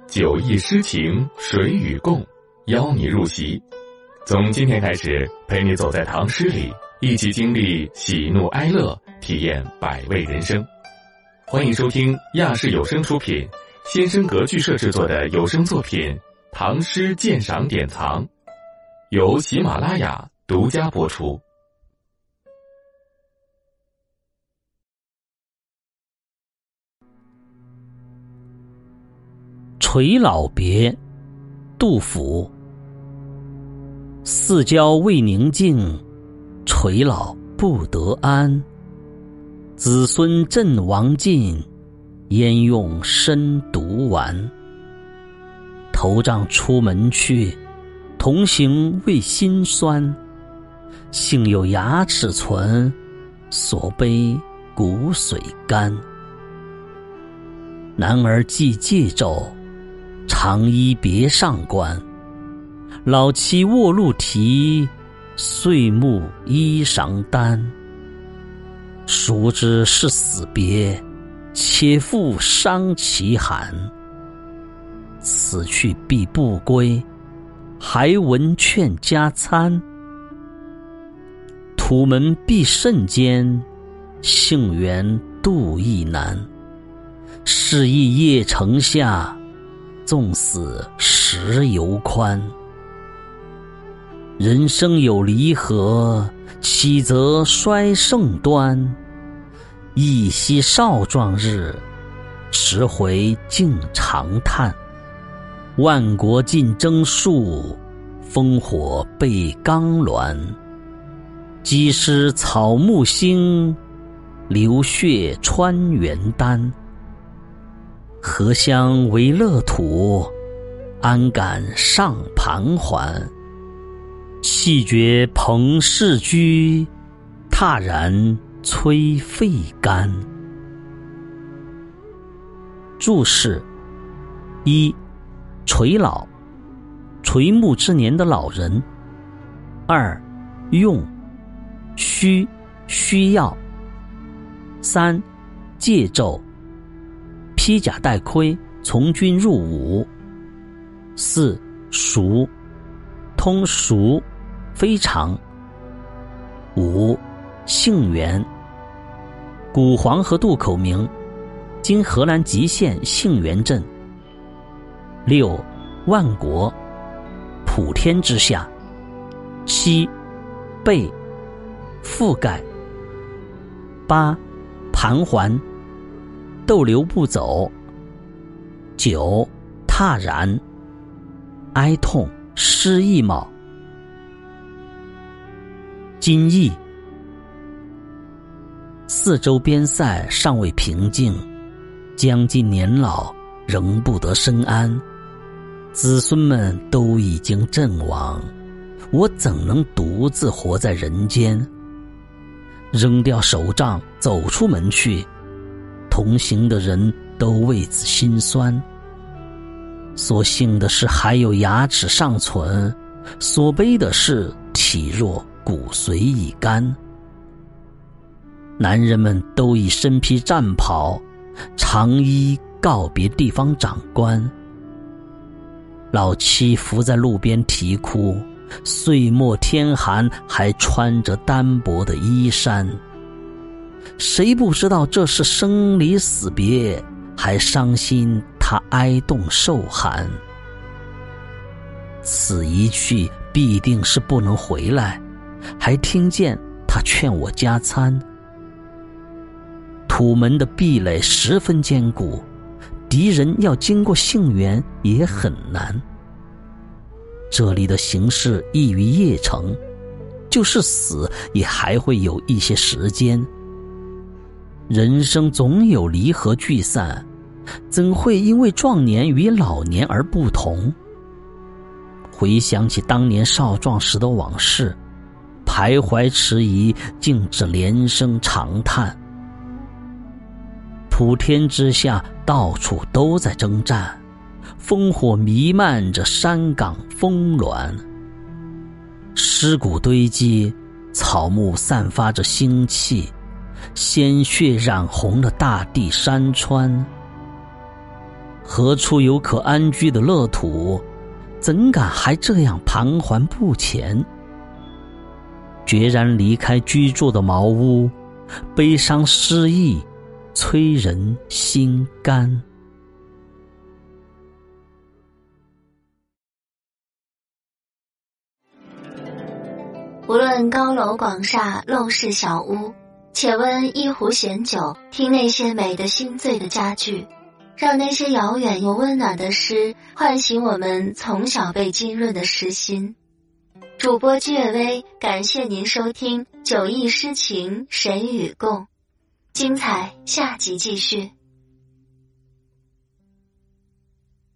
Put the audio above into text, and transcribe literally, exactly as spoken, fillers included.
酒意诗情，水与共，邀你入席。从今天开始，陪你走在唐诗里，一起经历喜怒哀乐，体验百味人生。欢迎收听亚视有声出品，先声格剧社制作的有声作品《唐诗鉴赏典藏》，由喜马拉雅独家播出。 垂老别，杜甫。四郊未宁静，垂老不得安。子孙阵亡尽，焉用身独玩。头杖出门去，同行为辛酸。幸有牙齿存，所悲骨髓干。男儿系戒胄，长衣别上冠。老妻卧鹿蹄，岁暮衣裳单。孰知是死别，且复伤其寒。此去必不归，还闻劝加餐。土门闭甚间，杏园度亦难。是亦夜城下，纵死时犹宽。人生有离合，岂则衰盛端。忆昔少壮日，迟回竟长叹。万国尽征戍，烽火被钢鸾。积尸草木兴，流血穿元丹。何乡为乐土，安敢上盘桓。气绝朋氏居，踏然催肺肝。注释：一、垂老，垂暮之年的老人。二、用，需，需要。三、戒胄，披甲戴盔，从军入伍。四、熟，通熟，非常。五、杏园，古黄河渡口名，今河南吉县杏园镇。六、万国，普天之下。七、被，覆盖。八、盘桓，逗留不走。九、踏然，哀痛，失意貌。今意，四周边塞尚未平静，将近年老，仍不得深安。子孙们都已经阵亡，我怎能独自活在人间？扔掉手杖，走出门去，同行的人都为此心酸。所幸的是还有牙齿尚存，所悲的是体弱骨髓已干。男人们都已身披战袍，长衣告别地方长官。老妻伏在路边啼哭，岁末天寒，还穿着单薄的衣衫。谁不知道这是生离死别，还伤心他哀冻受寒。此一去必定是不能回来，还听见他劝我加餐。土门的壁垒十分坚固，敌人要经过杏园也很难。这里的形势异于邺城，就是死也还会有一些时间。人生总有离合聚散，怎会因为壮年与老年而不同？回想起当年少壮时的往事，徘徊迟疑，竟只连声长叹。普天之下，到处都在征战，烽火弥漫着山岗峰峦，尸骨堆积，草木散发着腥气，鲜血染红了大地山川。 何处有可安居的乐土？怎敢还这样盘桓不前？决然离开居住的茅屋，悲伤失意，催人心肝。 无论高楼广厦，陋室小屋，且温一壶闲酒，听那些美得心醉的佳句，让那些遥远又温暖的诗唤醒我们从小被浸润的诗心。主播居月微，感谢您收听九艺诗情谁与共，精彩下集继续。